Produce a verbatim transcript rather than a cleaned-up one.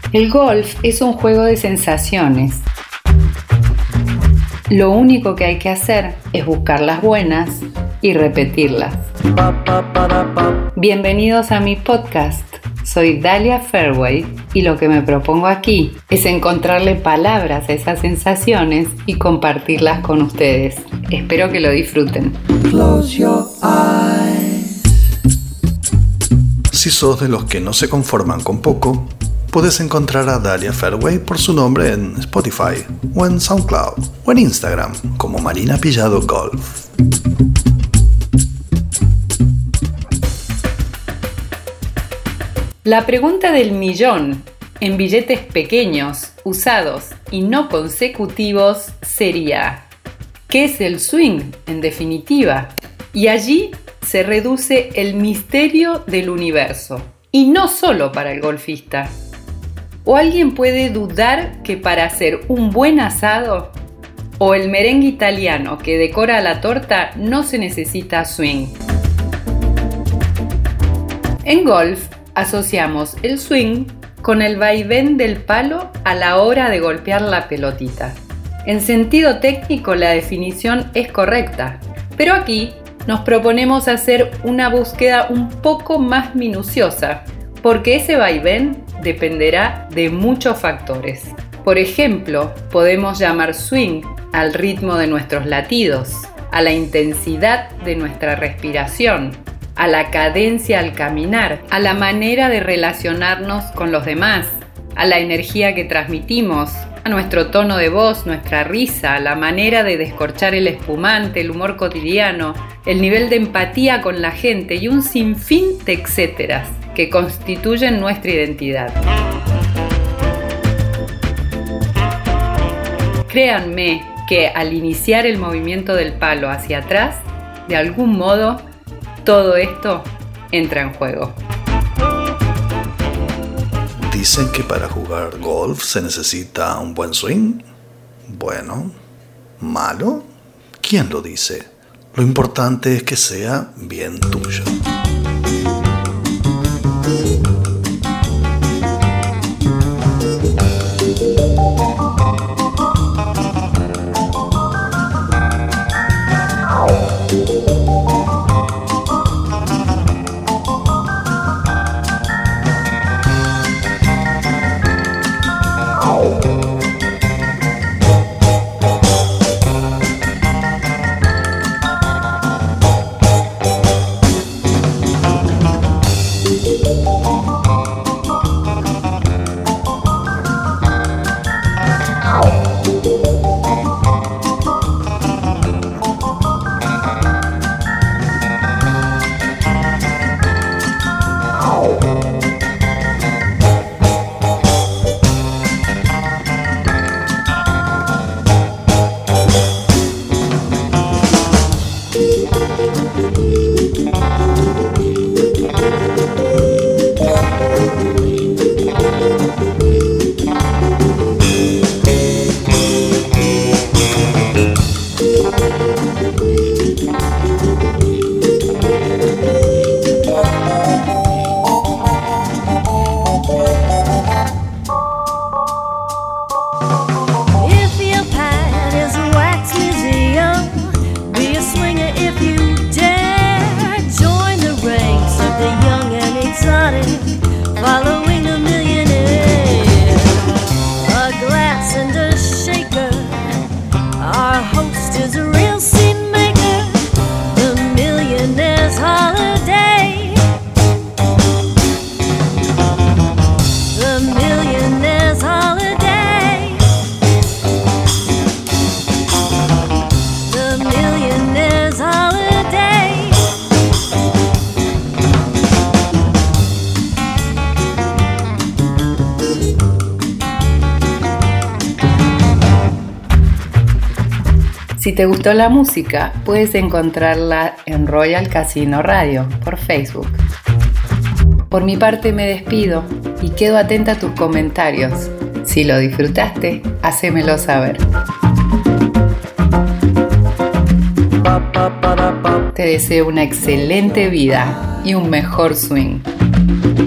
El golf es un juego de sensaciones. Lo único que hay que hacer es buscar las buenas y repetirlas. Bienvenidos a mi podcast. Soy Dalia Fairway y lo que me propongo aquí es encontrarle palabras a esas sensaciones y compartirlas con ustedes. Espero que lo disfruten. Close your eyes. Si sos de los que no se conforman con poco, puedes encontrar a Dalia Fairway por su nombre en Spotify, o en SoundCloud, o en Instagram, como Marina Pillado Golf. La pregunta del millón en billetes pequeños, usados y no consecutivos sería: ¿qué es el swing, en definitiva? Y allí se reduce el misterio del universo, y no solo para el golfista. ¿O alguien puede dudar que para hacer un buen asado o el merengue italiano que decora la torta no se necesita swing? En golf asociamos el swing con el vaivén del palo a la hora de golpear la pelotita. En sentido técnico la definición es correcta, pero aquí nos proponemos hacer una búsqueda un poco más minuciosa, porque ese vaivén dependerá de muchos factores. Por ejemplo, podemos llamar swing al ritmo de nuestros latidos, a la intensidad de nuestra respiración, a la cadencia al caminar, a la manera de relacionarnos con los demás, a la energía que transmitimos, a nuestro tono de voz, nuestra risa, la manera de descorchar el espumante, el humor cotidiano, el nivel de empatía con la gente y un sinfín de etcéteras que constituyen nuestra identidad. Créanme que al iniciar el movimiento del palo hacia atrás, de algún modo, todo esto entra en juego. Dicen que para jugar golf se necesita un buen swing. Bueno, ¿malo? ¿Quién lo dice? Lo importante es que sea bien tuyo. Si te gustó la música, puedes encontrarla en Royal Casino Radio por Facebook. Por mi parte me despido y quedo atenta a tus comentarios. Si lo disfrutaste, hacémelo saber. Te deseo una excelente vida y un mejor swing.